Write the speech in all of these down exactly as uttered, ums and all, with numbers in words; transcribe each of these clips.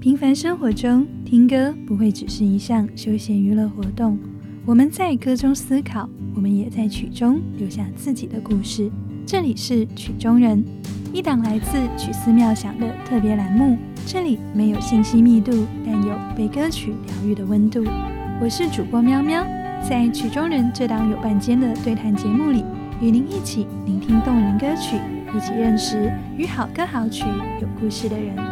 平凡生活中，听歌不会只是一项休闲娱乐活动，我们在歌中思考，我们也在曲中留下自己的故事。这里是曲中人，一档来自曲思妙想的特别栏目。这里没有信息密度，但有被歌曲疗愈的温度。我是主播喵喵，在曲中人这档有伴间的对谈节目里，与您一起聆听动人歌曲，一起认识与好歌好曲有故事的人。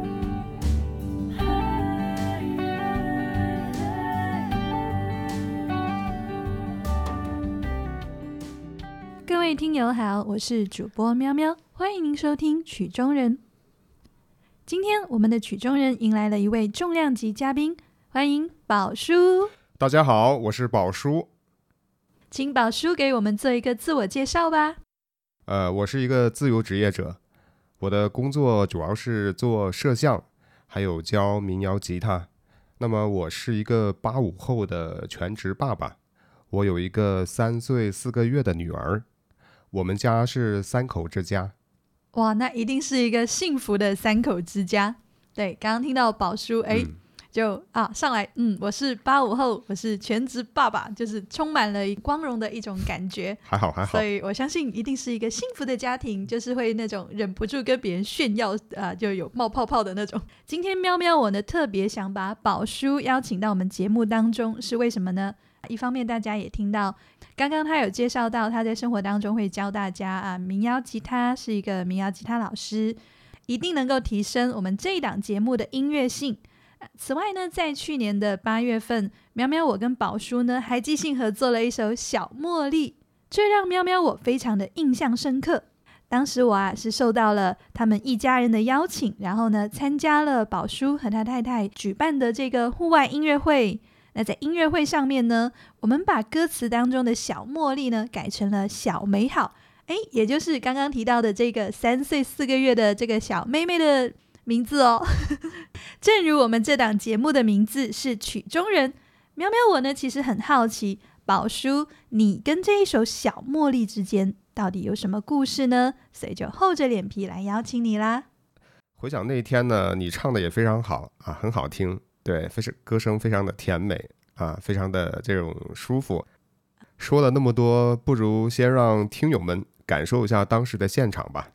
各位听友好，我是主播喵喵，欢迎您收听曲中人。今天我们的曲中人迎来了一位重量级嘉宾，欢迎宝叔。 大家好，我是宝叔。 请宝叔给我们做一个自我介绍吧。 呃，我是一个自由职业者，我的工作主要是做摄像，还有教民谣吉他。那么我是一个八五后的全职爸爸，我有一个三岁四个月的女儿。我们家是三口之家。 哇，那一定是一个幸福的三口之家。对，刚刚听到宝叔哎、嗯，就啊上来，嗯，我是八五后，我是全职爸爸，就是充满了光荣的一种感觉。 还好还好， 所以我相信一定是一个幸福的家庭，就是会那种忍不住跟别人炫耀啊、呃，就有冒泡泡的那种。今天喵喵我呢特别想把宝叔邀请到我们节目当中，是为什么呢？一方面大家也听到刚刚他有介绍到他在生活当中会教大家啊民谣吉他，是一个民谣吉他老师，一定能够提升我们这一档节目的音乐性。此外呢，在去年的八月份，喵喵我跟宝叔呢还即兴合作了一首小茉莉，这让喵喵我非常的印象深刻。当时我啊是受到了他们一家人的邀请，然后呢参加了宝叔和他太太举办的这个户外音乐会。那在音乐会上面呢，我们把歌词当中的小茉莉呢改成了小美好，诶，也就是刚刚提到的这个三岁四个月的这个小妹妹的名字哦。正如我们这档节目的名字是曲中人，喵喵我呢其实很好奇，宝叔你跟这一首小茉莉之间到底有什么故事呢？所以就厚着脸皮来邀请你啦。 回想那一天呢，你唱的也非常好啊，很好听，对，歌声非常的甜美啊，非常的这种舒服。说了那么多，不如先让听友们感受一下当时的现场吧。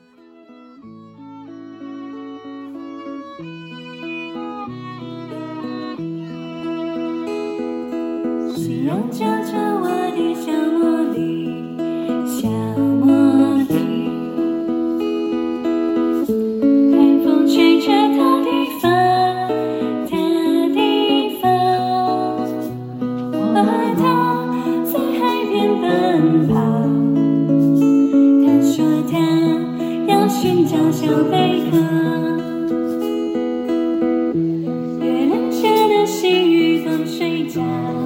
夕阳照着我的小茉莉，小茉莉，海风吹着她的发，她的发，我和她在海边奔跑，她说她要寻找小贝壳，月亮下的细雨都睡着，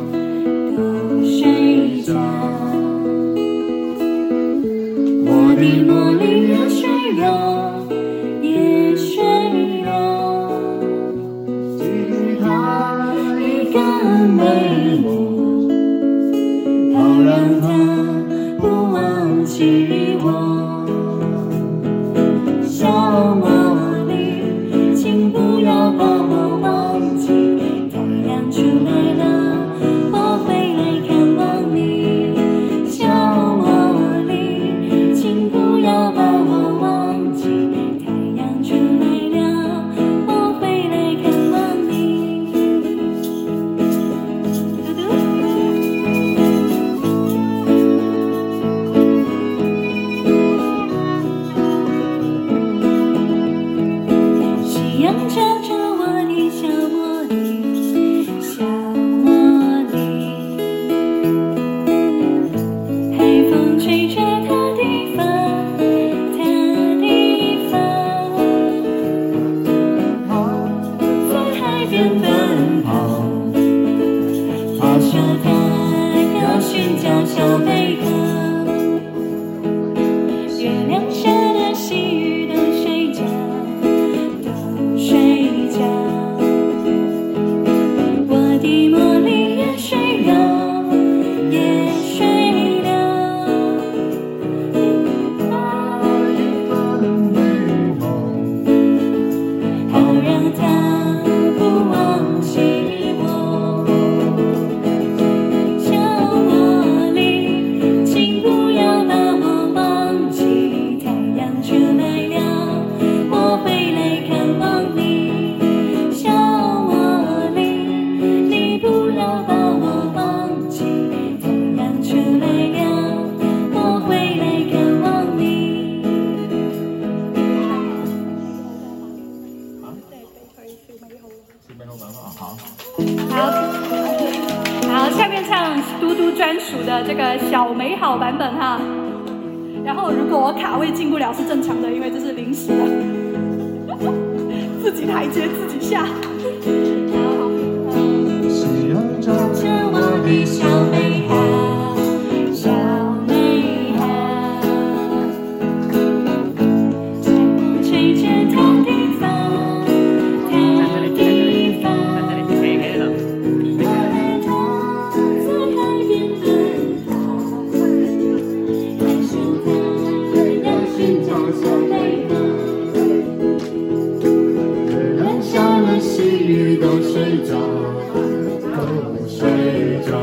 我的茉莉也睡了，也睡了，给她一个美丽，好让她不忘记我。小茉莉，请不要把我忘记，太阳出来了，我会来看望你。小茉莉，请不要把我忘记，太阳出来了，我会来看望你。嘟嘟，夕阳照着我的小茉莉，小茉莉，海风吹着她的发，她的发，我在海边奔跑，她说她要寻找小贝壳，月亮下的细雨都睡着，都睡好，好，下面唱嘟嘟专属的这个小美好版本哈。然后如果我卡位进不了是正常的，因为这是临时的，自己台阶自己下。 照着我的小美好，小美好，在风吹着它的发，它的发，我爱它在海边奔跑，还是它要寻找小美好，月亮下了细雨都睡着。睡着，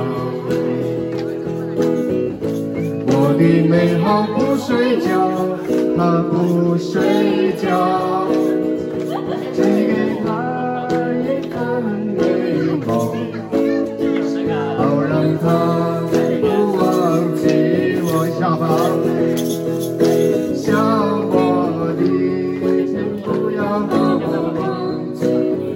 我的美好不睡觉，它不睡觉，只给它一个美梦，好让它不忘记我下方，想我的先不要把我忘记。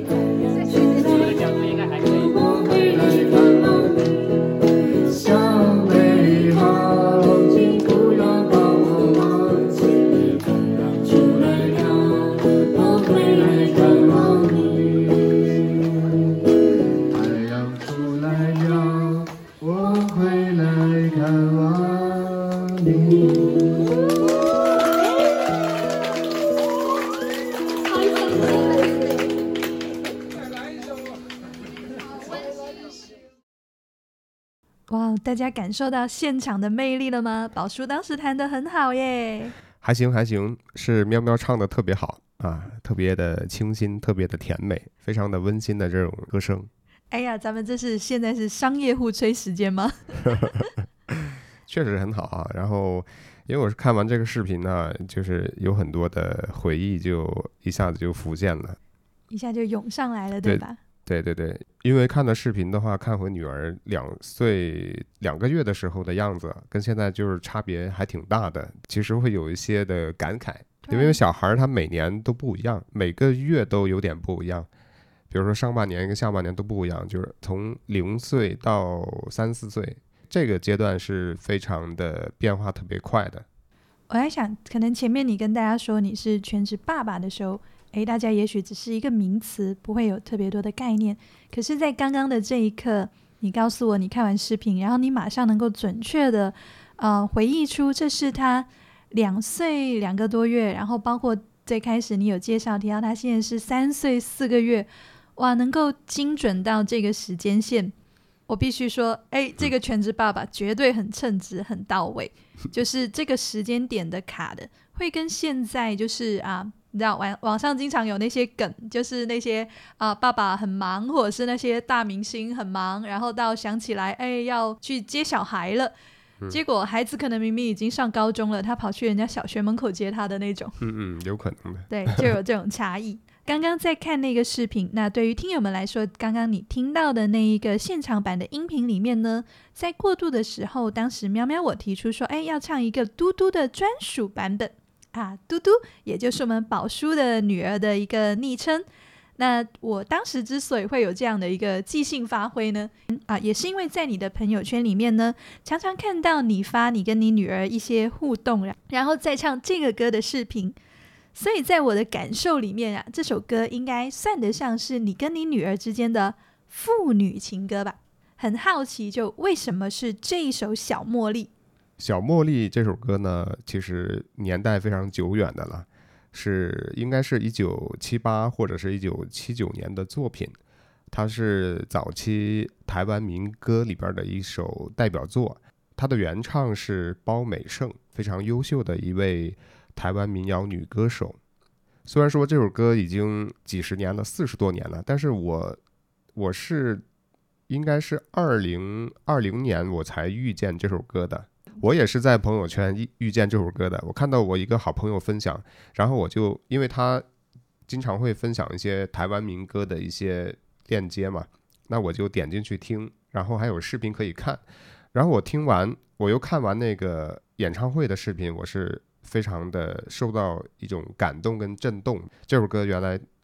哇，大家感受到现场的魅力了吗？宝叔当时弹得很好耶。 还行还行，是喵喵唱的特别好啊，特别的清新，特别的甜美，非常的温馨的这种歌声。 哎呀，咱们这是现在是商业互吹时间吗？ 确实很好啊。然后因为我是看完这个视频呢，就是有很多的回忆就一下子就浮现了， 一下就涌上来了，对吧？ 对对对，因为看的视频的话，看回女儿两岁两个月的时候的样子，跟现在就是差别还挺大的，其实会有一些的感慨，因为小孩他每年都不一样，每个月都有点不一样，比如说上半年跟下半年都不一样，就是从零岁到三四岁这个阶段是非常的变化特别快的。 我在想，可能前面你跟大家说你是全职爸爸的时候，诶，大家也许只是一个名词，不会有特别多的概念。可是在刚刚的这一刻，你告诉我你看完视频，然后你马上能够准确的呃回忆出这是他两岁两个多月，然后包括最开始你有介绍提到他现在是三岁四个月，哇，能够精准到这个时间线，我必须说，哎，这个全职爸爸绝对很称职，很到位。就是这个时间点的卡的，会跟现在就是啊，你知道网网上经常有那些梗，就是那些啊爸爸很忙，或者是那些大明星很忙，然后到想起来，哎，要去接小孩了。结果孩子可能明明已经上高中了，他跑去人家小学门口接他的那种。 嗯嗯，有可能的。 对，就有这种差异。刚刚在看那个视频，那对于听友们来说，刚刚你听到的那一个现场版的音频里面呢，在过渡的时候，当时喵喵我提出说，哎，要唱一个嘟嘟的专属版本啊，嘟嘟也就是我们宝叔的女儿的一个昵称。那我当时之所以会有这样的一个即兴发挥呢，啊，也是因为在你的朋友圈里面呢，常常看到你发你跟你女儿一些互动，然后再唱这个歌的视频。所以在我的感受里面啊，这首歌应该算得上是你跟你女儿之间的父女情歌吧。很好奇，就为什么是这一首小茉莉？ 小茉莉这首歌呢，其实年代非常久远的了，是应该是一九七八或者是一九七九年的作品，它是早期台湾民歌里边的一首代表作，它的原唱是包美胜，非常优秀的一位台湾民谣女歌手。虽然说这首歌已经几十年了，四十多年了，但是我我是应该是二零二零年我才遇见这首歌的。我也是在朋友圈遇见这首歌的，我看到我一个好朋友分享，然后我就因为他经常会分享一些台湾民歌的一些链接嘛，那我就点进去听，然后还有视频可以看，然后我听完我又看完那个演唱会的视频，我是非常的受到一种感动跟震动。这首歌原来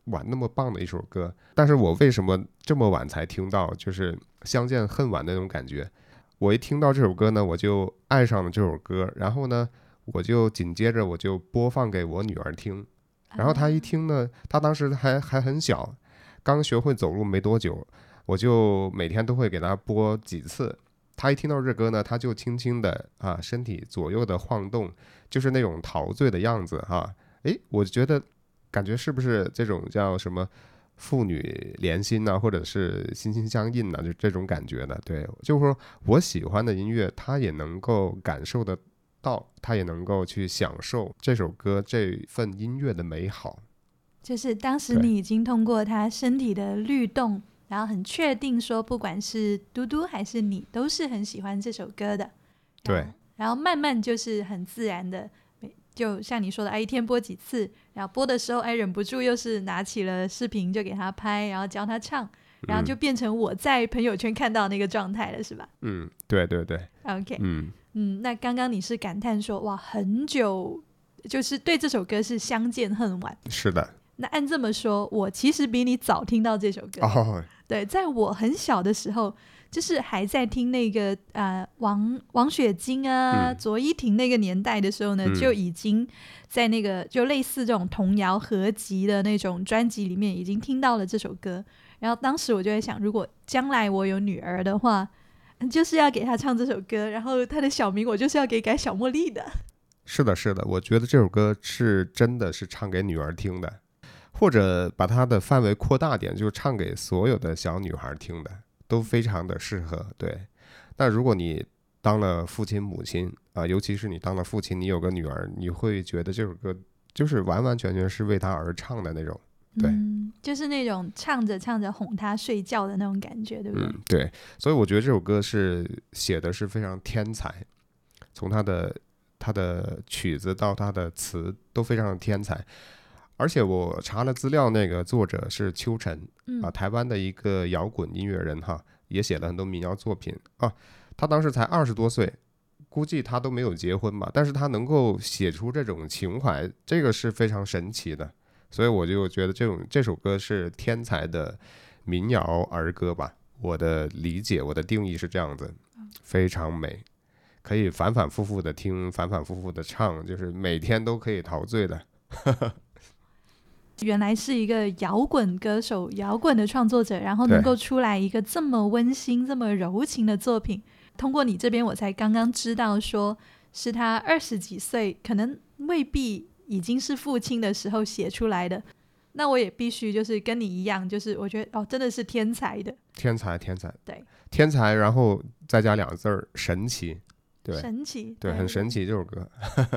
晚那么棒的一首歌，但是我为什么这么晚才听到，就是相见恨晚的那种感觉。我一听到这首歌呢，我就爱上了这首歌，然后呢我就紧接着我就播放给我女儿听，然后她一听呢，她当时还还很小，刚学会走路没多久，我就每天都会给她播几次。她一听到这歌呢，她就轻轻的啊身体左右的晃动，就是那种陶醉的样子哈、啊。诶，我觉得感觉是不是这种叫什么父女连心呐、啊，或者是心心相印呐、啊，就这种感觉的。对，就是说我喜欢的音乐，她也能够感受得到，她也能够去享受这首歌这份音乐的美好。 就是当时你已经通过她身体的律动，然后很确定说不管是嘟嘟还是你都是很喜欢这首歌的。 对， 然后慢慢就是很自然的，就像你说的，哎，一天播几次，然后播的时候哎忍不住又是拿起了视频就给他拍，然后教他唱，然后就变成我在朋友圈看到那个状态了，是吧？ 嗯，对对对 OK。 嗯嗯，那刚刚你是感叹说哇很久，就是对这首歌是相见恨晚。 是的。 那按这么说，我其实比你早听到这首歌。 哦， 对，在我很小的时候，就是还在听那个呃王王雪晶啊、 嗯、 卓依婷那个年代的时候呢、嗯，就已经在那个就类似这种童谣合集的那种专辑里面已经听到了这首歌。然后当时我就在想，如果将来我有女儿的话，就是要给她唱这首歌，然后她的小名我就是要给改小茉莉的。 是的是的，我觉得这首歌是真的是唱给女儿听的，或者把它的范围扩大点，就是唱给所有的小女孩听的，都非常的适合。对，但如果你当了父亲母亲啊、呃，尤其是你当了父亲，你有个女儿，你会觉得这首歌就是完完全全是为她而唱的那种。对、 嗯，就是那种唱着唱着哄她睡觉的那种感觉，对不对？ 嗯，对。所以我觉得这首歌是写的是非常天才，从他的他的曲子到他的词都非常的天才。而且我查了资料，那个作者是秋晨、嗯、啊，台湾的一个摇滚音乐人哈，也写了很多民谣作品啊。他当时才二十多岁，估计他都没有结婚吧，但是他能够写出这种情怀，这个是非常神奇的。所以我就觉得这种这首歌是天才的民谣儿歌吧，我的理解，我的定义是这样子，非常美，可以反反复复的听，反反复复的唱，就是每天都可以陶醉的。 原来是一个摇滚歌手，摇滚的创作者，然后能够出来一个这么温馨这么柔情的作品。通过你这边我才刚刚知道说是他二十几岁，可能未必已经是父亲的时候写出来的。那我也必须就是跟你一样，就是我觉得哦，真的是天才的， 天才天才， 对， 天才，然后再加两个字儿神奇。对， 神奇， 对， 对，很神奇这首歌。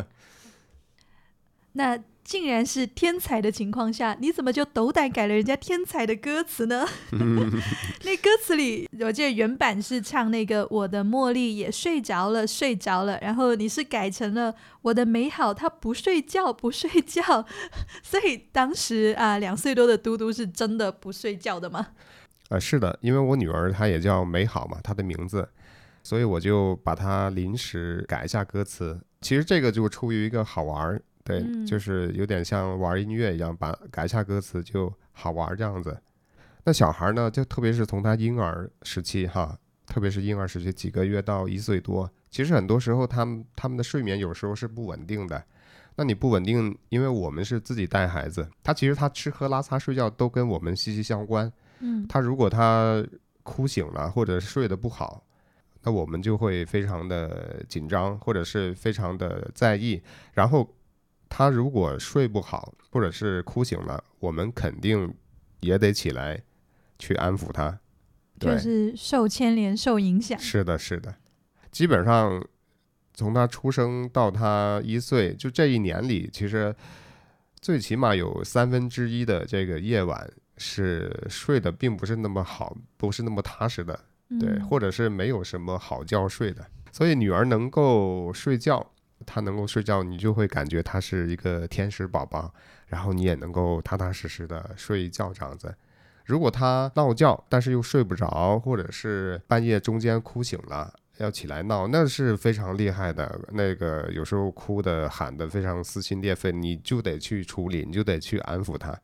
那竟然是天才的情况下，你怎么就斗胆改了人家天才的歌词呢？那歌词里我记得原版是唱那个我的茉莉也睡着了睡着了，然后你是改成了我的美好她不睡觉不睡觉。所以当时啊两岁多的嘟嘟是真的不睡觉的吗？ 呃，是的，因为我女儿她也叫美好嘛，她的名字，所以我就把它临时改一下歌词。其实这个就出于一个好玩，对、嗯，就是有点像玩音乐一样，把改一下歌词就好玩这样子。那小孩呢，就特别是从他婴儿时期哈，特别是婴儿时期几个月到一岁多，其实很多时候他们他们的睡眠有时候是不稳定的。那你不稳定，因为我们是自己带孩子，他其实他吃喝拉撒睡觉都跟我们息息相关。嗯，他如果他哭醒了或者睡得不好，那我们就会非常的紧张，或者是非常的在意。然后他如果睡不好或者是哭醒了，我们肯定也得起来去安抚他， 就是受牵连受影响。 是的是的，基本上从他出生到他一岁，就这一年里，其实最起码有三分之一的这个夜晚是睡得并不是那么好，不是那么踏实的，对、嗯，或者是没有什么好觉睡的。所以女儿能够睡觉，她能够睡觉，你就会感觉她是一个天使宝宝，然后你也能够踏踏实实的睡一觉这样子。如果她闹觉但是又睡不着，或者是半夜中间哭醒了要起来闹，那是非常厉害的，那个有时候哭的喊的非常撕心裂肺，你就得去处理，你就得去安抚她。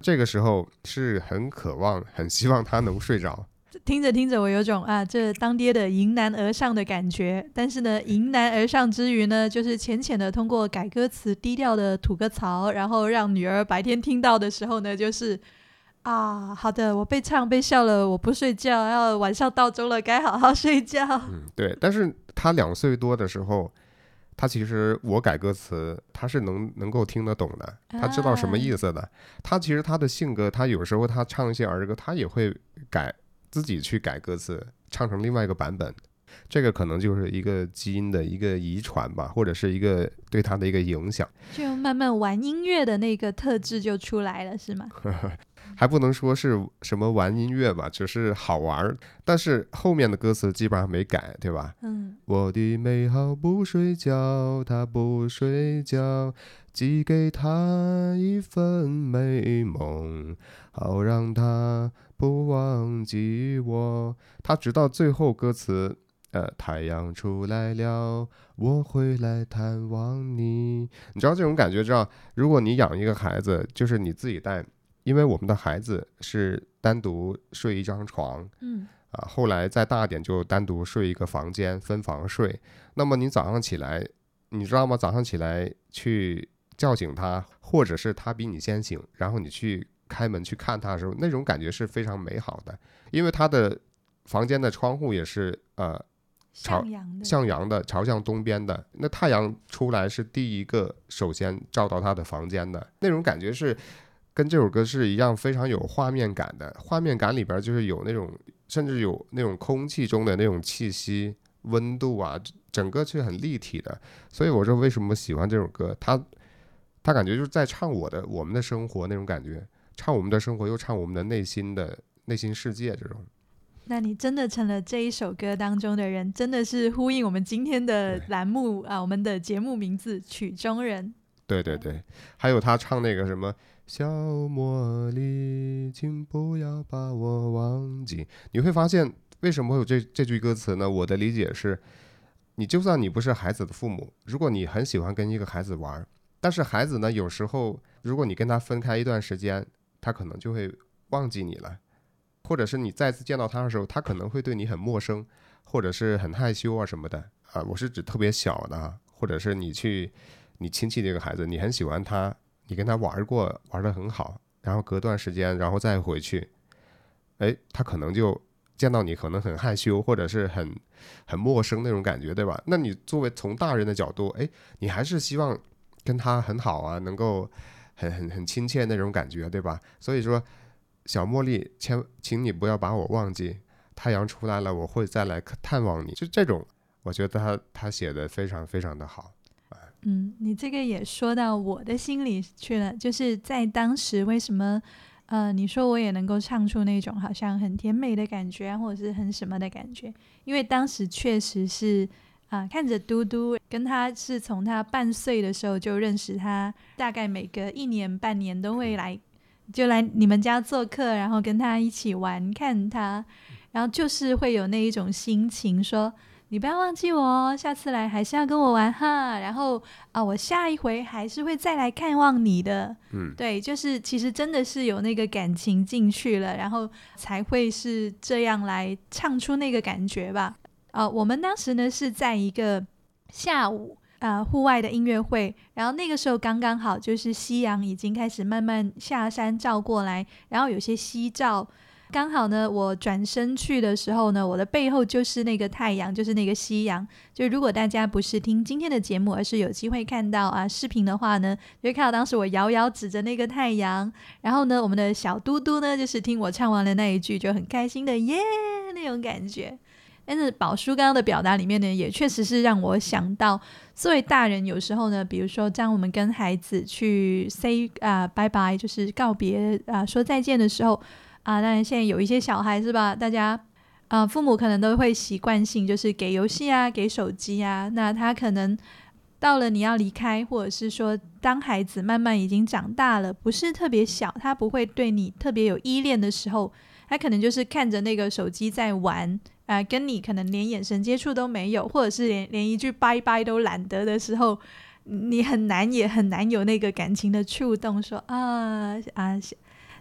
这个时候是很渴望很希望他能睡着。 听着听着我有种啊这当爹的迎难而上的感觉，但是呢迎难而上之余呢，就是浅浅的通过改歌词低调的吐个槽，然后让女儿白天听到的时候呢，就是啊好的，我被唱被笑了，我不睡觉，要晚上到钟了，该好好睡觉。 嗯，对。但是他两岁多的时候，他其实我改歌词他是能能够听得懂的，他知道什么意思的、啊、他其实他的性格，他有时候他唱一些儿歌他也会改，自己去改歌词唱成另外一个版本，这个可能就是一个基因的一个遗传吧，或者是一个对他的一个影响， 就慢慢玩音乐的那个特质就出来了是吗？ 还不能说是什么玩音乐吧，只是好玩，但是后面的歌词基本上没改，对吧？ 嗯， 我的美好不睡觉，他不睡觉，寄给他一份美梦，好让他不忘记我。他直到最后歌词呃，太阳出来了，我会来探望你。你知道这种感觉，知道如果你养一个孩子，就是你自己带，因为我们的孩子是单独睡一张床， 嗯啊，后来再大点就单独睡一个房间，分房睡。那么你早上起来，你知道吗？早上起来去叫醒他，或者是他比你先醒，然后你去开门去看他的时候，那种感觉是非常美好的，因为他的房间的窗户也是呃向阳的， 向阳的，朝向东边的，那太阳出来是第一个首先照到他的房间的，那种感觉是跟这首歌是一样非常有画面感的。画面感里边就是有那种甚至有那种空气中的那种气息温度啊，整个是很立体的。所以我说为什么喜欢这首歌，他他感觉就是在唱我的我们的生活那种感觉，唱我们的生活又唱我们的内心的内心世界这种。 那你真的成了这一首歌当中的人，真的是呼应我们今天的栏目啊，我们的节目名字曲中人。 对对对，还有他唱那个什么小茉莉，请不要把我忘记。你会发现为什么会有这这句歌词呢？我的理解是，你就算你不是孩子的父母，如果你很喜欢跟一个孩子玩，但是孩子呢，有时候如果你跟他分开一段时间，他可能就会忘记你了，或者是你再次见到他的时候，他可能会对你很陌生，或者是很害羞啊什么的啊。我是指特别小的啊，或者是你去你亲戚这个孩子，你很喜欢他，你跟他玩过，玩得很好，然后隔段时间然后再回去，哎，他可能就见到你可能很害羞，或者是很很陌生那种感觉，对吧？那你作为从大人的角度，哎，你还是希望跟他很好啊，能够很很很亲切那种感觉，对吧？所以说小茉莉，请请你不要把我忘记，太阳出来了，我会再来探望你。就这种，我觉得他他写的非常非常的好。 嗯，你这个也说到我的心里去了，就是在当时为什么呃，你说我也能够唱出那种好像很甜美的感觉，或者是很什么的感觉，因为当时确实是啊、呃，看着嘟嘟，跟他是从他半岁的时候就认识他，大概每隔一年半年都会来，就来你们家做客，然后跟他一起玩看他，然后就是会有那一种心情说，你不要忘记我哦，下次来还是要跟我玩哈，然后啊，我下一回还是会再来看望你的。 嗯， 对，就是其实真的是有那个感情进去了，然后才会是这样来唱出那个感觉吧。啊，我们当时呢是在一个下午啊户外的音乐会，然后那个时候刚刚好就是夕阳已经开始慢慢下山照过来，然后有些夕照。刚好呢，我转身去的时候呢，我的背后就是那个太阳，就是那个夕阳。就如果大家不是听今天的节目，而是有机会看到啊视频的话呢，就会看到当时我遥遥指着那个太阳，然后呢，我们的小嘟嘟呢，就是听我唱完了那一句，就很开心的耶那种感觉。但是宝叔刚刚的表达里面呢，也确实是让我想到，作为大人有时候呢，比如说当我们跟孩子去 say 啊、uh, 拜拜，就是告别啊、uh, 说再见的时候。啊，当然现在有一些小孩是吧？大家啊、呃，父母可能都会习惯性就是给游戏啊，给手机啊。那他可能到了你要离开，或者是说当孩子慢慢已经长大了，不是特别小，他不会对你特别有依恋的时候，他可能就是看着那个手机在玩啊、呃，跟你可能连眼神接触都没有，或者是连连一句拜拜都懒得的时候，你很难也很难有那个感情的触动，说啊啊。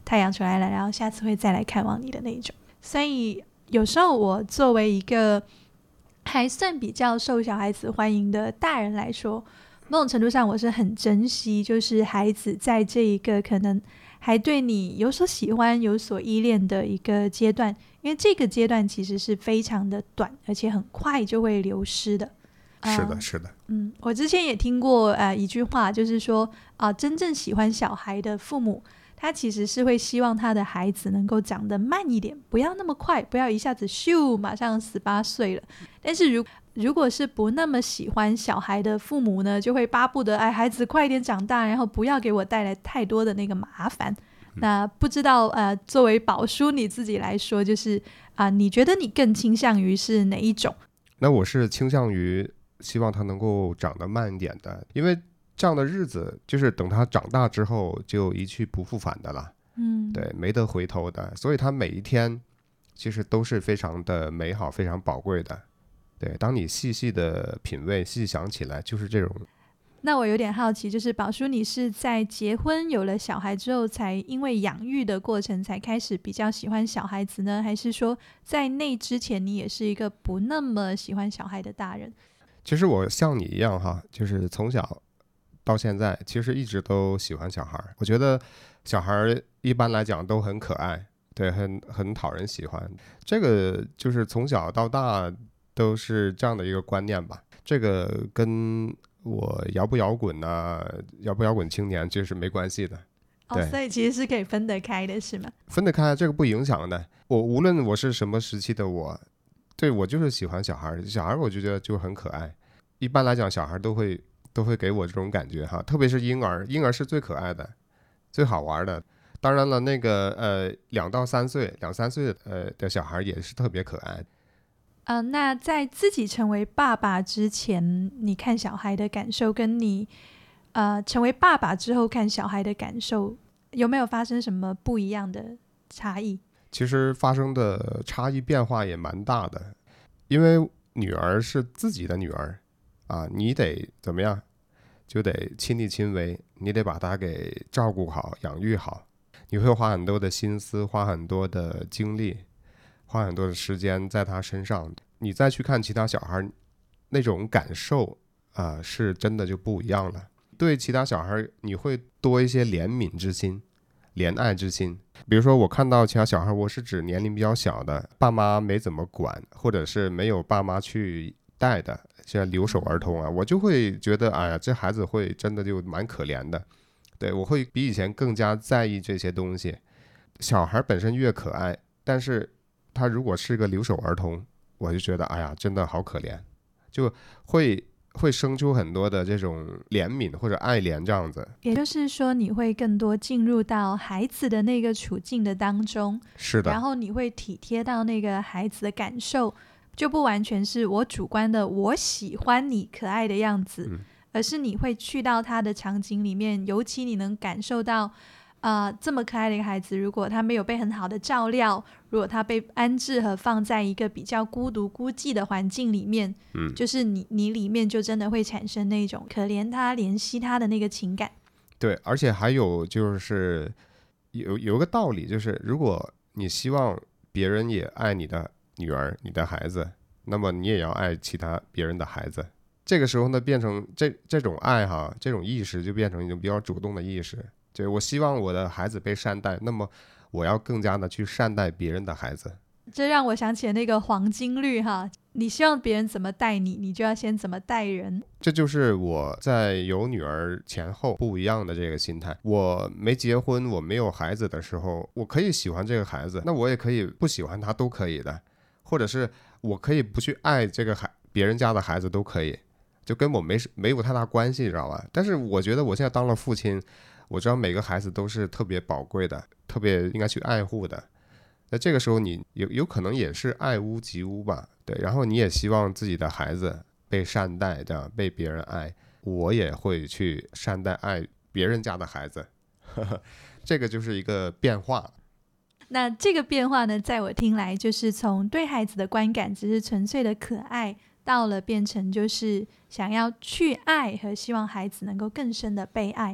太阳出来了，然后下次会再来看望你的那种。所以有时候我作为一个还算比较受小孩子欢迎的大人来说，某种程度上我是很珍惜，就是孩子在这一个可能还对你有所喜欢有所依恋的一个阶段，因为这个阶段其实是非常的短，而且很快就会流失的。 是的是的、 嗯、我之前也听过呃一句话，就是说啊、呃，真正喜欢小孩的父母，他其实是会希望他的孩子能够长得慢一点，不要那么快，不要一下子咻马上十八岁了。但是如如果是不那么喜欢小孩的父母呢，就会巴不得哎孩子快点长大，然后不要给我带来太多的那个麻烦。嗯、那不知道呃，作为宝叔你自己来说，就是啊、呃，你觉得你更倾向于是哪一种？ 那我是倾向于希望他能够长得慢一点的，因为这样的日子就是等他长大之后就一去不复返的了。嗯，对，没得回头的，所以他每一天其实都是非常的美好，非常宝贵的。对，当你细细的品味细想起来，就是这种。 那我有点好奇，就是宝叔你是在结婚有了小孩之后才因为养育的过程才开始比较喜欢小孩子呢，还是说在那之前你也是一个不那么喜欢小孩的大人？ 其实我像你一样哈，就是从小到现在其实一直都喜欢小孩。我觉得小孩一般来讲都很可爱，对，很很讨人喜欢，这个就是从小到大都是这样的一个观念吧。这个跟我摇不摇滚啊，摇不摇滚青年这是没关系的。 哦，所以其实是可以分得开的是吗？ 分得开，这个不影响的。我无论我是什么时期的我，对，我就是喜欢小孩，小孩我就觉得就很可爱。一般来讲小孩都会都会给我这种感觉哈，特别是婴儿，婴儿是最可爱的最好玩的。当然了，那个呃两到三岁两三岁呃的小孩也是特别可爱。 呃，那在自己成为爸爸之前，你看小孩的感受跟你呃成为爸爸之后看小孩的感受有没有发生什么不一样的差异？ 其实发生的差异变化也蛮大的，因为女儿是自己的女儿啊，你得怎么样就得亲力亲为，你得把她给照顾好养育好，你会花很多的心思，花很多的精力，花很多的时间在她身上。你再去看其他小孩那种感受啊，是真的就不一样了。对其他小孩你会多一些怜悯之心，怜爱之心。比如说我看到其他小孩，我是指年龄比较小的，爸妈没怎么管，或者是没有爸妈去带的，像留守儿童啊，我就会觉得哎呀，这孩子会真的就蛮可怜的。对，我会比以前更加在意这些东西。小孩本身越可爱，但是他如果是个留守儿童，我就觉得哎呀，真的好可怜，就会会生出很多的这种怜悯或者爱怜这样子。 也就是说你会更多进入到孩子的那个处境的当中， 是的， 然后你会体贴到那个孩子的感受，就不完全是我主观的我喜欢你可爱的样子、嗯、而是你会去到他的场景里面，尤其你能感受到呃，这么可爱的一个孩子，如果他没有被很好的照料，如果他被安置和放在一个比较孤独孤寂的环境里面、嗯、就是你你里面就真的会产生那种可怜他怜惜他的那个情感。 对，而且还有就是有有一个道理，就是如果你希望别人也爱你的女儿你的孩子，那么你也要爱其他别人的孩子。这个时候呢，变成这这种爱哈，这种意识就变成一种比较主动的意识。对，我希望我的孩子被善待，那么我要更加的去善待别人的孩子。 这让我想起了那个黄金律哈，你希望别人怎么待你，你就要先怎么待人。 这就是我在有女儿前后不一样的这个心态。我没结婚，我没有孩子的时候，我可以喜欢这个孩子，那我也可以不喜欢他都可以的，或者是我可以不去爱这个孩别人家的孩子都可以，就跟我没没有太大关系，知道吧？但是我觉得我现在当了父亲，我知道每个孩子都是特别宝贵的，特别应该去爱护的。那这个时候你有有可能也是爱屋及乌吧，对，然后你也希望自己的孩子被善待，这样被别人爱，我也会去善待爱别人家的孩子这个就是一个变化。 那这个变化呢，在我听来就是从对孩子的观感只是纯粹的可爱，到了变成就是想要去爱和希望孩子能够更深的被爱。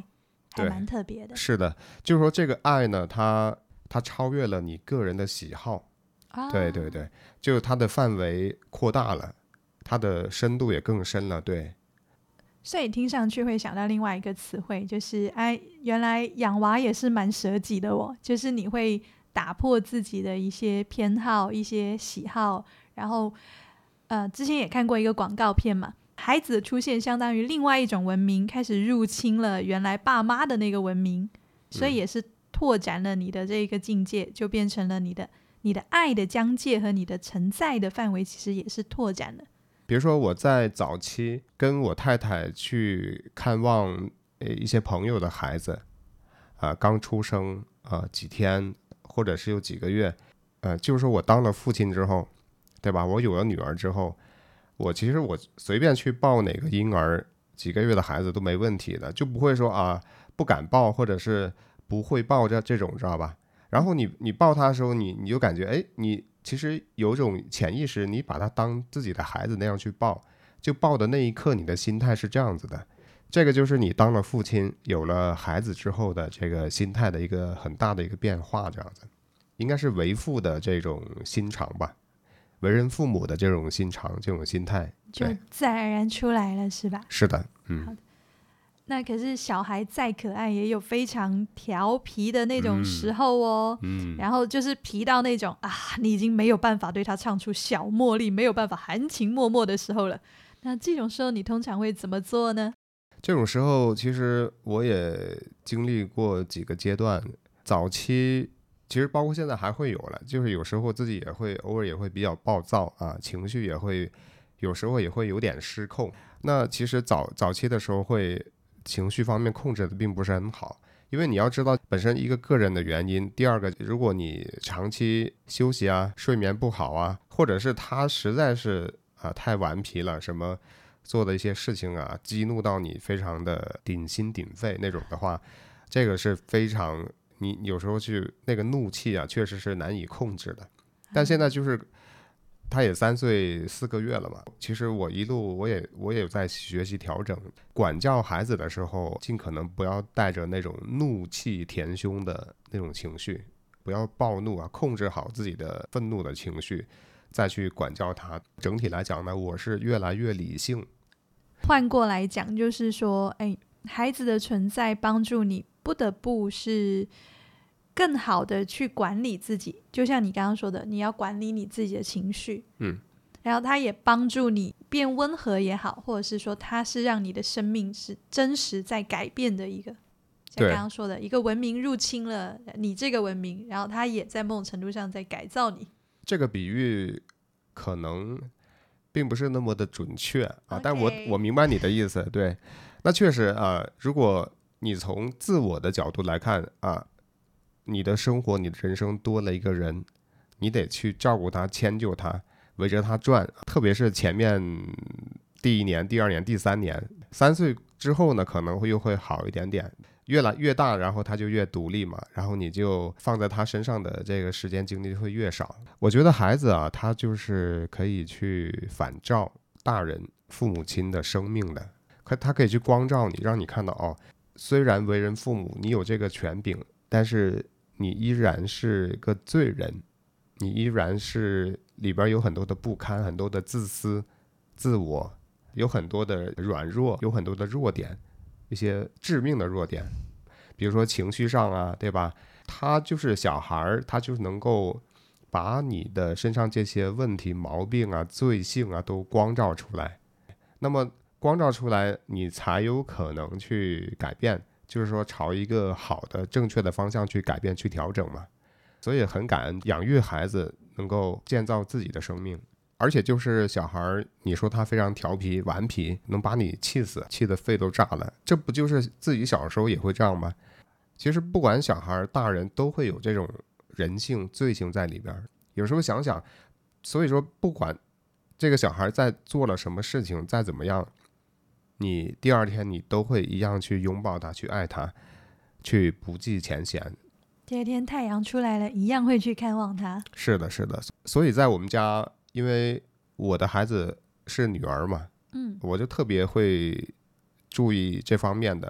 还蛮特别的。 是的，就是说这个爱呢，它它超越了你个人的喜好， 啊、 对对对，就它的范围扩大了，它的深度也更深了，对。 所以听上去会想到另外一个词汇，就是哎，原来养娃也是蛮舍己的哦，就是你会打破自己的一些偏好、一些喜好，然后呃，之前也看过一个广告片嘛，孩子的出现相当于另外一种文明开始入侵了原来爸妈的那个文明，所以也是拓展了你的这个境界，就变成了你的你的爱的疆界和你的承载的范围，其实也是拓展了。 比如说我在早期跟我太太去看望一些朋友的孩子，啊、呃，刚出生啊、呃、几天，或者是有几个月，呃，就是说我当了父亲之后，对吧？我有了女儿之后，我其实我随便去抱哪个婴儿，几个月的孩子都没问题的，就不会说啊不敢抱，或者是不会抱这这种，知道吧？然后你你抱他的时候，你你就感觉哎你。其实有种潜意识，你把他当自己的孩子那样去抱，就抱的那一刻你的心态是这样子的，这个就是你当了父亲有了孩子之后的这个心态的一个很大的一个变化，这样子应该是为父的这种心肠吧，为人父母的这种心肠，这种心态就自然而然出来了，是吧？ 是的，嗯。 好的，那可是小孩再可爱也有非常调皮的那种时候哦， 嗯嗯、 然后就是皮到那种啊你已经没有办法对他唱出小茉莉，没有办法含情脉脉的时候了，那这种时候你通常会怎么做呢？ 这种时候其实我也经历过几个阶段，早期其实包括现在还会有了，就是有时候自己也会偶尔也会比较暴躁啊，情绪也会有时候也会有点失控，那其实早早期的时候会情绪方面控制的并不是很好，因为你要知道本身一个个人的原因，第二个如果你长期休息啊睡眠不好啊，或者是他实在是啊太顽皮了，什么做的一些事情啊激怒到你非常的顶心顶肺那种的话，这个是非常你有时候去那个怒气啊确实是难以控制的。但现在就是他也三岁四个月了嘛，其实我一路我也我也有在学习调整，管教孩子的时候尽可能不要带着那种怒气填胸的那种情绪，不要暴怒啊，控制好自己的愤怒的情绪再去管教他。整体来讲呢，我是越来越理性。 换过来讲就是说，哎，孩子的存在帮助你不得不是更好的去管理自己，就像你刚刚说的，你要管理你自己的情绪， 嗯， 然后它也帮助你变温和也好，或者是说它是让你的生命是真实在改变的一个，像刚刚说的一个文明入侵了你这个文明，然后它也在某种程度上在改造你。 这个比喻可能并不是那么的准确啊， Okay. 但我我明白你的意思。对，那确实啊，如果你从自我的角度来看啊，你的生活你的人生多了一个人，你得去照顾他迁就他围着他转，特别是前面第一年第二年第三年，三岁之后呢可能会又会好一点点，越来越大然后他就越独立嘛，然后你就放在他身上的这个时间精力会越少。我觉得孩子啊他就是可以去反照大人父母亲的生命的，他可以去光照你，让你看到哦，虽然为人父母你有这个权柄，但是你依然是个罪人，你依然是里边有很多的不堪，很多的自私自我，有很多的软弱，有很多的弱点，一些致命的弱点，比如说情绪上啊，对吧？他就是小孩，他就是能够把你的身上这些问题毛病啊罪性啊都光照出来，那么光照出来你才有可能去改变，就是说朝一个好的正确的方向去改变去调整嘛。所以很感恩养育孩子能够建造自己的生命，而且就是小孩你说他非常调皮顽皮，能把你气死，气得肺都炸了，这不就是自己小时候也会这样吗？其实不管小孩大人都会有这种人性罪性在里边。有时候想想，所以说不管这个小孩在做了什么事情再怎么样，你第二天你都会一样去拥抱他，去爱他，去不计前嫌。 第二天太阳出来了一样会去看望他。 是的是的，所以在我们家，因为我的孩子是女儿嘛，嗯，我就特别会注意这方面的，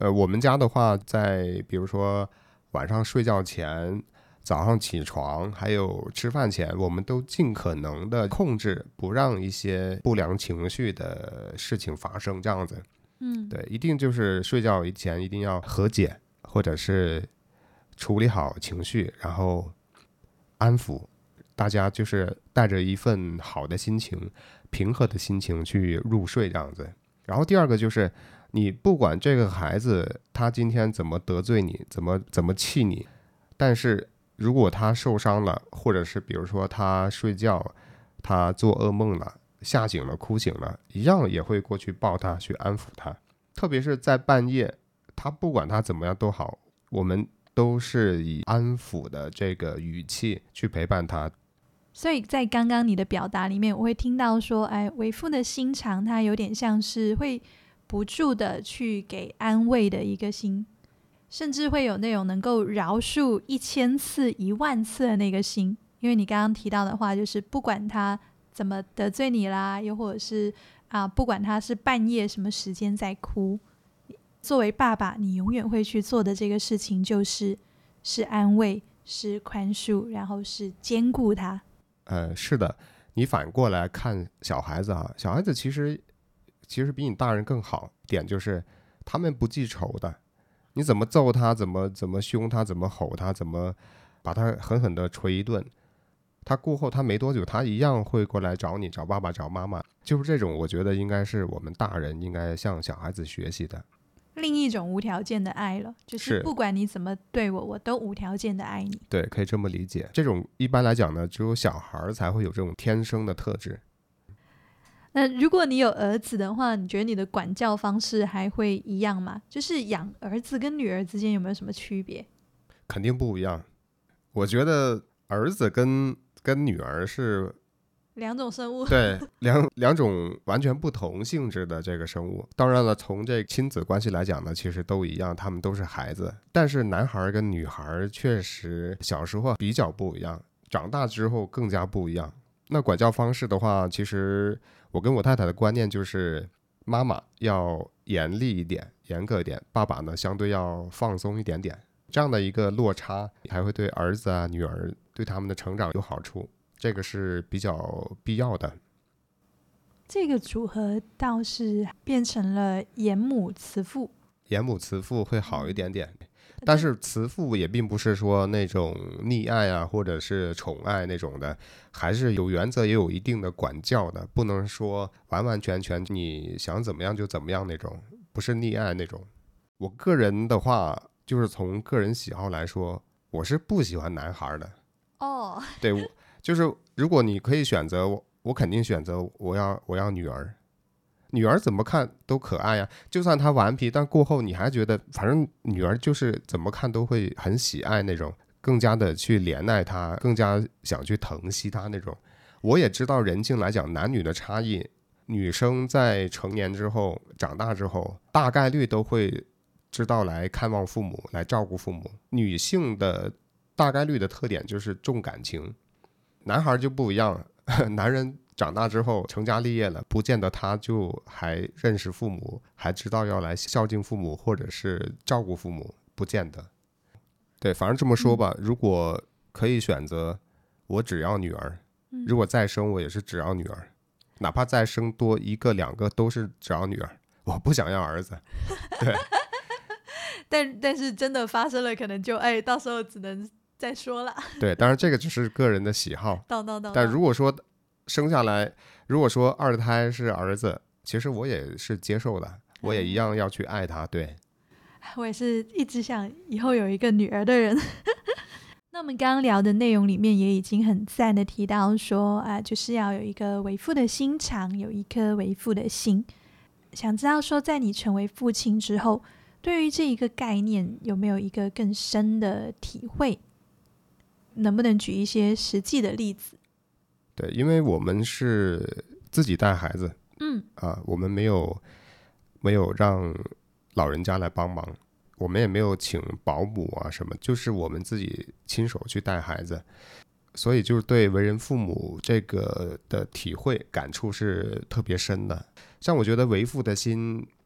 呃，我们家的话，在比如说晚上睡觉前、早上起床，还有吃饭前，我们都尽可能的控制，不让一些不良情绪的事情发生，这样子。 嗯， 对，一定就是睡觉以前一定要和解，或者是处理好情绪，然后安抚大家，就是带着一份好的心情、平和的心情去入睡这样子。然后第二个就是你不管这个孩子他今天怎么得罪你，怎么怎么气你，但是如果他受伤了，或者是比如说他睡觉他做噩梦了，吓醒了哭醒了，一样也会过去抱他去安抚他。特别是在半夜，他不管他怎么样都好，我们都是以安抚的这个语气去陪伴他。 所以在刚刚你的表达里面，我会听到说，哎，为父的心肠，它有点像是会不住的去给安慰的一个心，甚至会有那种能够饶恕一千次、一万次的那个心。因为你刚刚提到的话，就是不管他怎么得罪你啦，又或者是啊，不管他是半夜什么时间在哭，作为爸爸，你永远会去做的这个事情就是是安慰，是宽恕，然后是兼顾他。 呃，是的，你反过来看小孩子啊，小孩子其实其实比你大人更好点，就是他们不记仇的。你怎么揍他，怎么怎么凶他，怎么吼他，怎么把他狠狠的捶一顿，他过后他没多久，他一样会过来找你，找爸爸，找妈妈。就是这种，我觉得应该是我们大人应该向小孩子学习的。 另一种无条件的爱了，就是是不管你怎么对我，我都无条件的爱你。 对，可以这么理解。这种一般来讲呢，只有小孩才会有这种天生的特质。 那如果你有儿子的话，你觉得你的管教方式还会一样吗？就是养儿子跟女儿之间有没有什么区别？ 肯定不一样。我觉得儿子跟跟女儿是两种生物。 对两两种完全不同性质的这个生物。当然了，从这亲子关系来讲呢，其实都一样，他们都是孩子。但是男孩跟女孩确实小时候比较不一样，长大之后更加不一样。那管教方式的话，其实我跟我太太的观念就是，妈妈要严厉一点、严格一点，爸爸呢相对要放松一点点。这样的一个落差，还会对儿子啊、女儿对他们的成长有好处。这个是比较必要的。 这个组合倒是变成了严母慈父， 严母慈父会好一点点，但是慈父也并不是说那种溺爱啊，或者是宠爱那种的，还是有原则，也有一定的管教的，不能说完完全全你想怎么样就怎么样那种，不是溺爱那种。我个人的话，就是从个人喜好来说，我是不喜欢男孩的。 哦， 对，我就是如果你可以选择，我我肯定选择我要我要女儿。女儿怎么看都可爱呀，就算她顽皮，但过后你还觉得反正女儿就是怎么看都会很喜爱那种，更加的去怜爱她，更加想去疼惜她那种。我也知道人性来讲男女的差异，女生在成年之后长大之后大概率都会知道来看望父母，来照顾父母。女性的大概率的特点就是重感情，男孩就不一样，男人长大之后成家立业了，不见得他就还认识父母，还知道要来孝敬父母或者是照顾父母，不见得。对，反正这么说吧，如果可以选择，我只要女儿，如果再生我也是只要女儿，哪怕再生多一个两个都是只要女儿，我不想要儿子。对， 但但是真的发生了，可能就哎，到时候只能再说了。 对，当然这个只是个人的喜好。 懂懂懂。 但如果说生下来，如果说二胎是儿子，其实我也是接受的，我也一样要去爱他。对， 我也是一直想以后有一个女儿的人。那我们刚刚聊的内容里面也已经很自然的提到说啊，就是要有一个为父的心肠，有一颗为父的心。想知道说，在你成为父亲之后，对于这一个概念有没有一个更深的体会？能不能举一些实际的例子？ 对，因为我们是自己带孩子， 嗯啊，我们没有没有让老人家来帮忙，我们也没有请保姆啊什么，就是我们自己亲手去带孩子，所以就是对为人父母这个的体会感触是特别深的。像我觉得为父的心，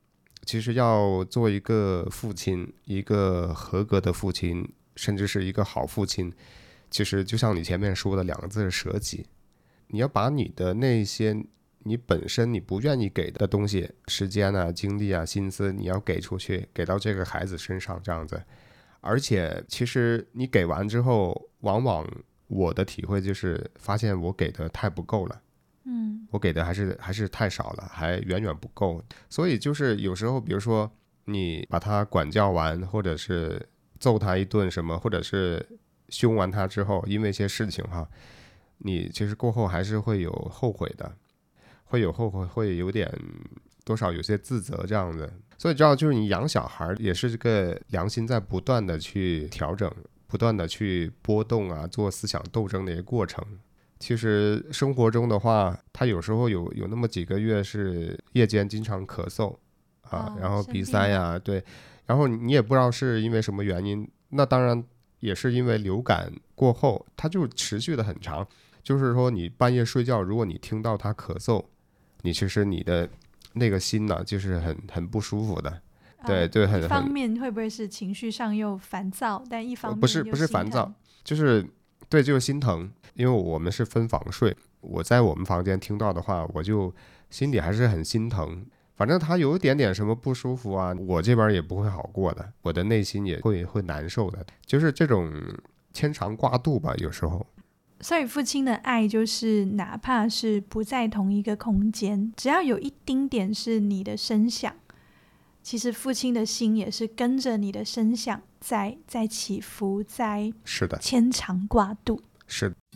其实要做一个父亲，一个合格的父亲，甚至是一个好父亲，其实就像你前面说的两个字是舍己。你要把你的那些你本身你不愿意给的东西，时间啊、精力啊、心思，你要给出去，给到这个孩子身上这样子。而且其实你给完之后，往往我的体会就是发现我给的太不够了， 嗯， 我给的还是还是太少了，还远远不够。所以就是有时候比如说你把他管教完，或者是揍他一顿什么，或者是凶完他之后，因为一些事情哈，你其实过后还是会有后悔的，会有后悔，会有点多少有些自责这样的。所以知道就是你养小孩也是这个良心在不断的去调整，不断的去波动啊，做思想斗争的一个过程。其实生活中的话，他有时候有有那么几个月是夜间经常咳嗽啊， 哦然后鼻塞呀、啊，对，然后你也不知道是因为什么原因，那当然也是因为流感过后，它就持续的很长。就是说你半夜睡觉，如果你听到他咳嗽，你其实你的那个心呢、啊，就是很很不舒服的。对对，很一方面会不会是情绪上又烦躁，但一方面不是不是烦躁，就是对，就是心疼。因为我们是分房睡，我在我们房间听到的话，我就心里还是很心疼。反正他有一点点什么不舒服啊，我这边也不会好过的，我的内心也会会难受的，就是这种牵肠挂肚吧，有时候。 所以父亲的爱就是哪怕是不在同一个空间，只要有一丁点是你的声响，其实父亲的心也是跟着你的声响在在起伏，在是的牵肠挂肚。 是的。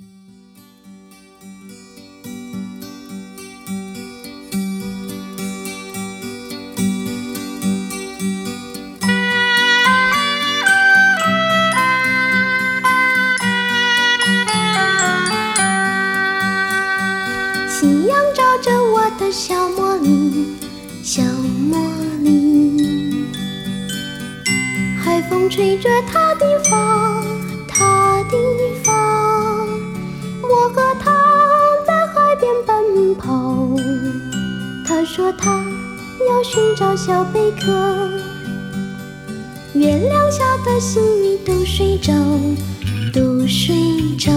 夕阳照着我的小茉莉，小茉莉，海风吹着她的发，她的发，我和她在海边奔跑。她说她要寻找小贝壳，月亮下的星鱼都睡着，都睡着。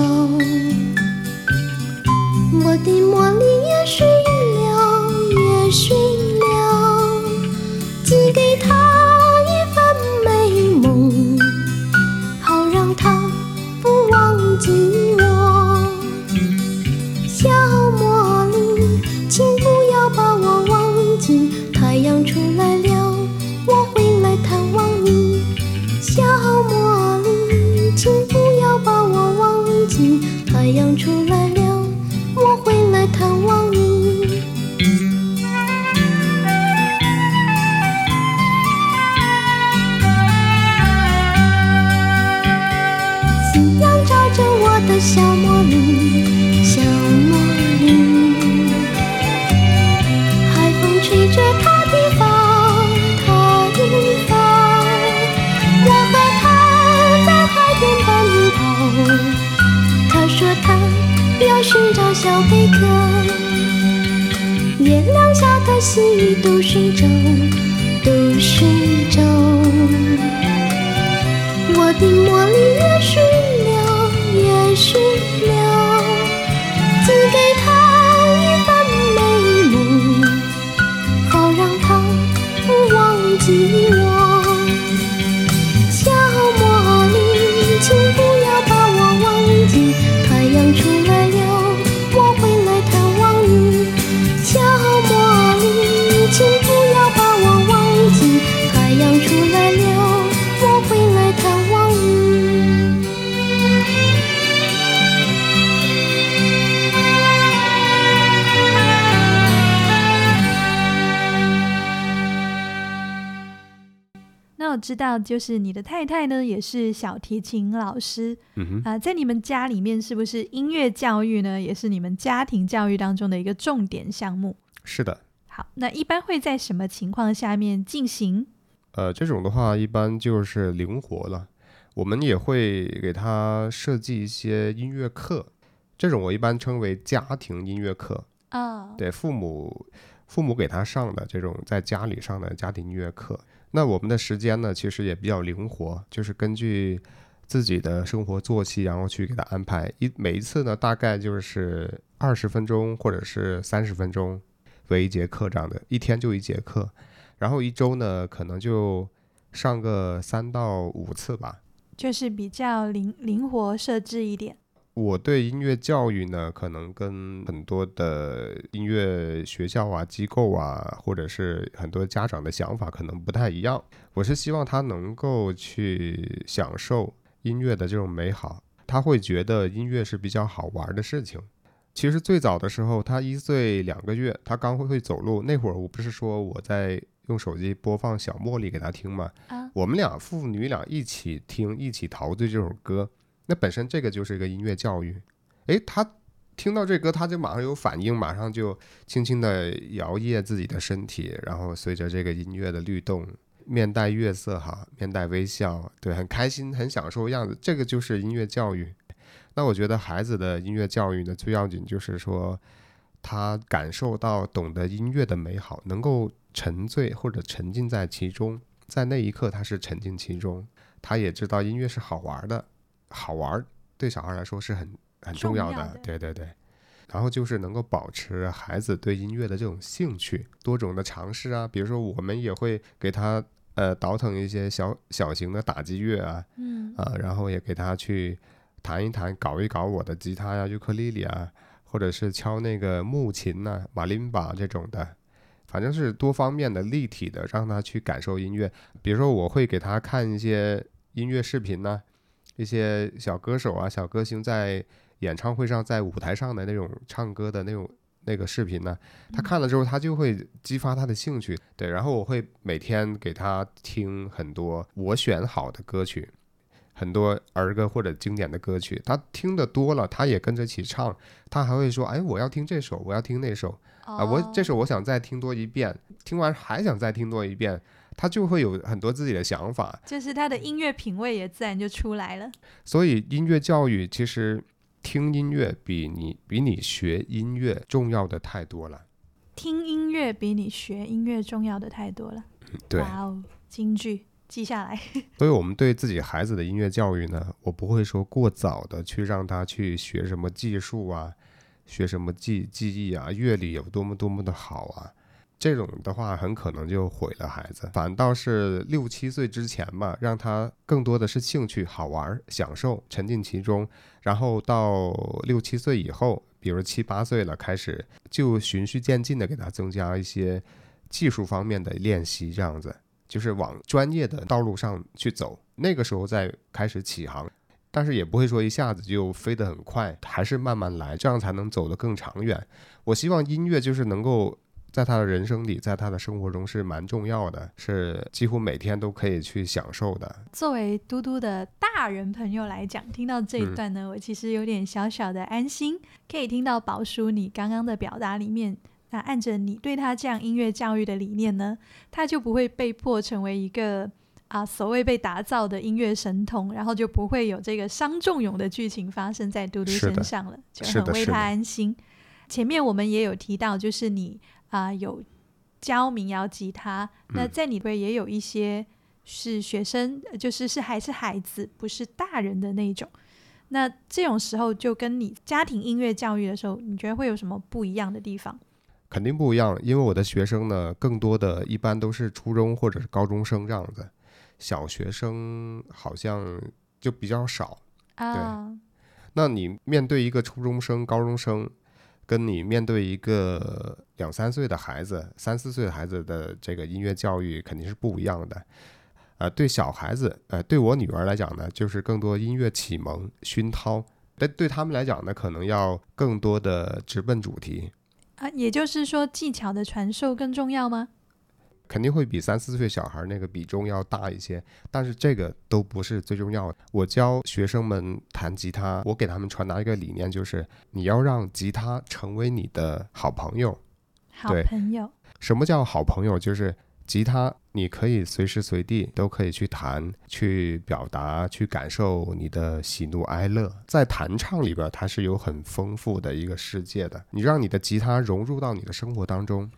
我的茉莉也睡了，也睡了，寄给她一份美梦，好让她不忘记我。小茉莉，请不要把我忘记，太阳出来了，我会来探望你。小茉莉，请不要把我忘记，太阳出来了，我会来探望你。夕阳照着我的小茉莉，小茉莉，海风吹着她的发，她的发，我和她在海边奔跑。她说她要寻找小贝壳，月亮下的星鱼都睡着，都睡着。我的茉莉也睡了，也睡了，寄给她一份美梦，好让她不忘记我。小茉莉，请不要把我忘记，太阳出来了，我会来探望你。小茉莉，请不要把我忘记，太阳出来了，我会来探望你。 那我知道就是你的太太呢也是小提琴老师， 嗯哼， 啊、在你们家里面是不是音乐教育呢也是你们家庭教育当中的一个重点项目？ 是的。 好，那一般会在什么情况下面进行？ 呃，这种的话一般就是灵活了，我们也会给他设计一些音乐课，这种我一般称为家庭音乐课。 啊、 对，父母父母给他上的这种在家里上的家庭音乐课。那我们的时间呢，其实也比较灵活，就是根据自己的生活作息，然后去给他安排。一每一次呢，大概就是二十分钟或者是三十分钟为一节课这样的，一天就一节课。然后一周呢，可能就上个三到五次吧， 就是比较灵灵活设置一点。 我对音乐教育呢，可能跟很多的音乐学校啊、机构啊，或者是很多家长的想法可能不太一样。我是希望他能够去享受音乐的这种美好，他会觉得音乐是比较好玩的事情。其实最早的时候，他一岁两个月，他刚会走路，那会儿我不是说我在用手机播放小茉莉给他听吗？啊、我们俩父女俩一起听，一起陶醉这首歌。那本身这个就是一个音乐教育，诶，他听到这歌他就马上有反应，马上就轻轻的摇曳自己的身体，然后随着这个音乐的律动，面带月色哈，面带微笑，对，很开心很享受的样子，这个就是音乐教育。那我觉得孩子的音乐教育呢，最要紧就是说他感受到懂得音乐的美好，能够沉醉或者沉浸在其中，在那一刻他是沉浸其中，他也知道音乐是好玩的，好玩对小孩来说是很很重要的， 重要的对对对。然后就是能够保持孩子对音乐的这种兴趣，多种的尝试啊，比如说我们也会给他呃倒腾一些小小型的打击乐啊，嗯啊，然后也给他去弹一弹，搞一搞我的吉他呀、尤克里里啊，或者是敲那个木琴呐、马林巴这种的，反正是多方面的立体的，让他去感受音乐。比如说我会给他看一些音乐视频呢、啊，一些小歌手啊、小歌星在演唱会上、在舞台上的那种唱歌的那种那个视频呢，他看了之后，他就会激发他的兴趣。对，然后我会每天给他听很多我选好的歌曲，很多儿歌或者经典的歌曲，他听得多了，他也跟着一起唱，他还会说：“哎，我要听这首，我要听那首啊、呃，我这首我想再听多一遍，听完还想再听多一遍。”他就会有很多自己的想法， 就是他的音乐品味也自然就出来了。 所以音乐教育其实听音乐比你比你学音乐重要的太多了。 听音乐比你学音乐重要的太多了。 嗯、对， 哇哦，金句记下来。 所以我们对自己孩子的音乐教育呢，我不会说过早的去让他去学什么技术啊，学什么技技艺啊，乐理有多么多么的好啊。这种的话很可能就毁了孩子，反倒是六七岁之前嘛，让他更多的是兴趣、好玩、享受、沉浸其中，然后到六七岁以后，比如七八岁了，开始就循序渐进的给他增加一些技术方面的练习，这样子就是往专业的道路上去走，那个时候再开始起航，但是也不会说一下子就飞得很快，还是慢慢来，这样才能走得更长远。我希望音乐就是能够在他的人生里，在他的生活中是蛮重要的，是几乎每天都可以去享受的。 作为嘟嘟的大人朋友来讲，听到这一段呢、嗯、我其实有点小小的安心，可以听到宝叔你刚刚的表达里面，那按着你对他这样音乐教育的理念呢，他就不会被迫成为一个啊所谓被打造的音乐神童，然后就不会有这个伤仲永的剧情发生在嘟嘟身上了，就很为他安心。前面我们也有提到，就是你啊、呃，有教民谣吉他、嗯、那在你会也有一些是学生，就是是还是孩子，不是大人的那种。那这种时候就跟你家庭音乐教育的时候，你觉得会有什么不一样的地方？ 肯定不一样，因为我的学生呢，更多的一般都是初中或者是高中生这样子，小学生好像就比较少啊。对，那你面对一个初中生、高中生，跟你面对一个两三岁的孩子、三四岁的孩子的这个音乐教育肯定是不一样的。呃，对小孩子，呃，对我女儿来讲呢，就是更多音乐启蒙、熏陶；但对他们来讲呢，可能要更多的直奔主题。 啊，也就是说，技巧的传授更重要吗？ 肯定会比三四岁小孩那个比重要大一些，但是这个都不是最重要的。我教学生们弹吉他，我给他们传达一个理念，就是你要让吉他成为你的好朋友。 好朋友， 什么叫好朋友？就是吉他你可以随时随地都可以去弹，去表达，去感受你的喜怒哀乐。在弹唱里边，它是有很丰富的一个世界的，你让你的吉他融入到你的生活当中。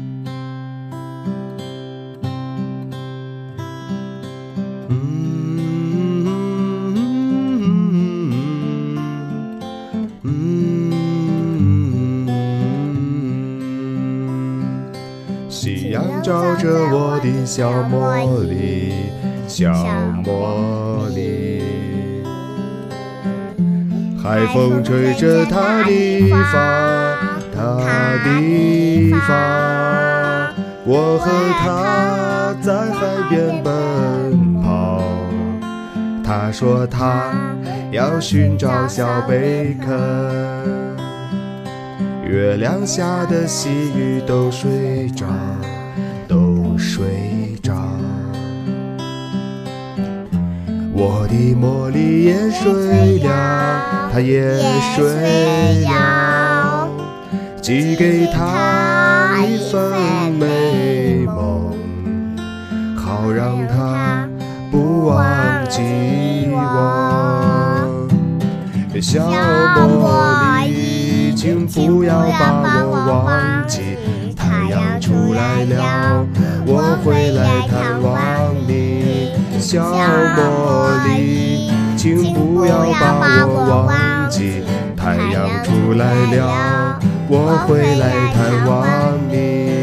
夕阳照着我的小茉莉，小茉莉，海风吹着她的发，她的发，我和她在海边奔跑。她说她要寻找小贝壳，月亮下的细雨都睡着，都睡着。我的茉莉也睡了，她也睡了，寄给她一份美梦，好让她不忘记我。小茉莉，请不要把我忘记，太阳出来了，我会来探望你。小茉莉，请不要把我忘记，太阳出来了，我会来探望你。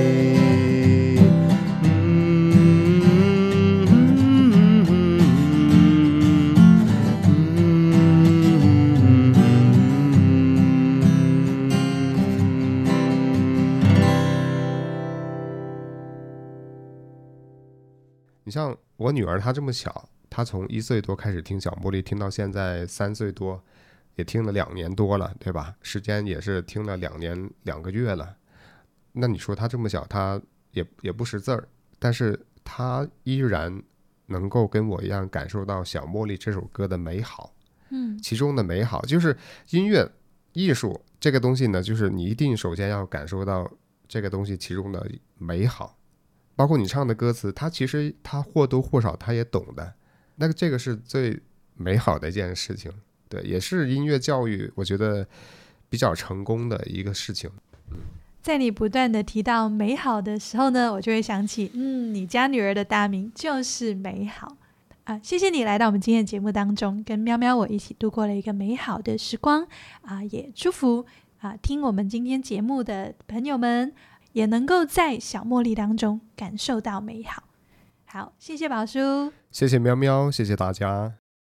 你像我女儿她这么小，她从一岁多开始听小茉莉，听到现在三岁多，也听了两年多了，对吧？时间也是听了两年两个月了。那你说她这么小，她也也不识字儿，但是她依然能够跟我一样感受到小茉莉这首歌的美好。嗯，其中的美好就是音乐艺术这个东西呢，就是你一定首先要感受到这个东西其中的美好。包括你唱的歌词，他其实他或多或少他也懂的，那个这个是最美好的一件事情，对，也是音乐教育我觉得比较成功的一个事情。嗯， 在你不断的提到美好的时候呢，我就会想起，嗯，你家女儿的大名就是美好啊！谢谢你来到我们今天的节目当中，跟喵喵我一起度过了一个美好的时光啊！也祝福啊听我们今天节目的朋友们，也能够在小茉莉当中感受到美好。好，谢谢宝叔， 谢谢喵喵，谢谢大家。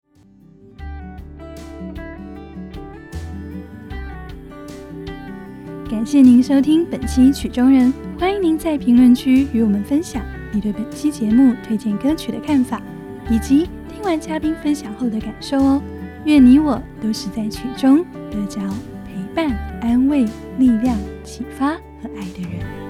感谢您收听本期曲中人，欢迎您在评论区与我们分享你对本期节目推荐歌曲的看法，以及听完嘉宾分享后的感受哦。愿你我都是在曲中得着陪伴、安慰、力量、启发和爱的人。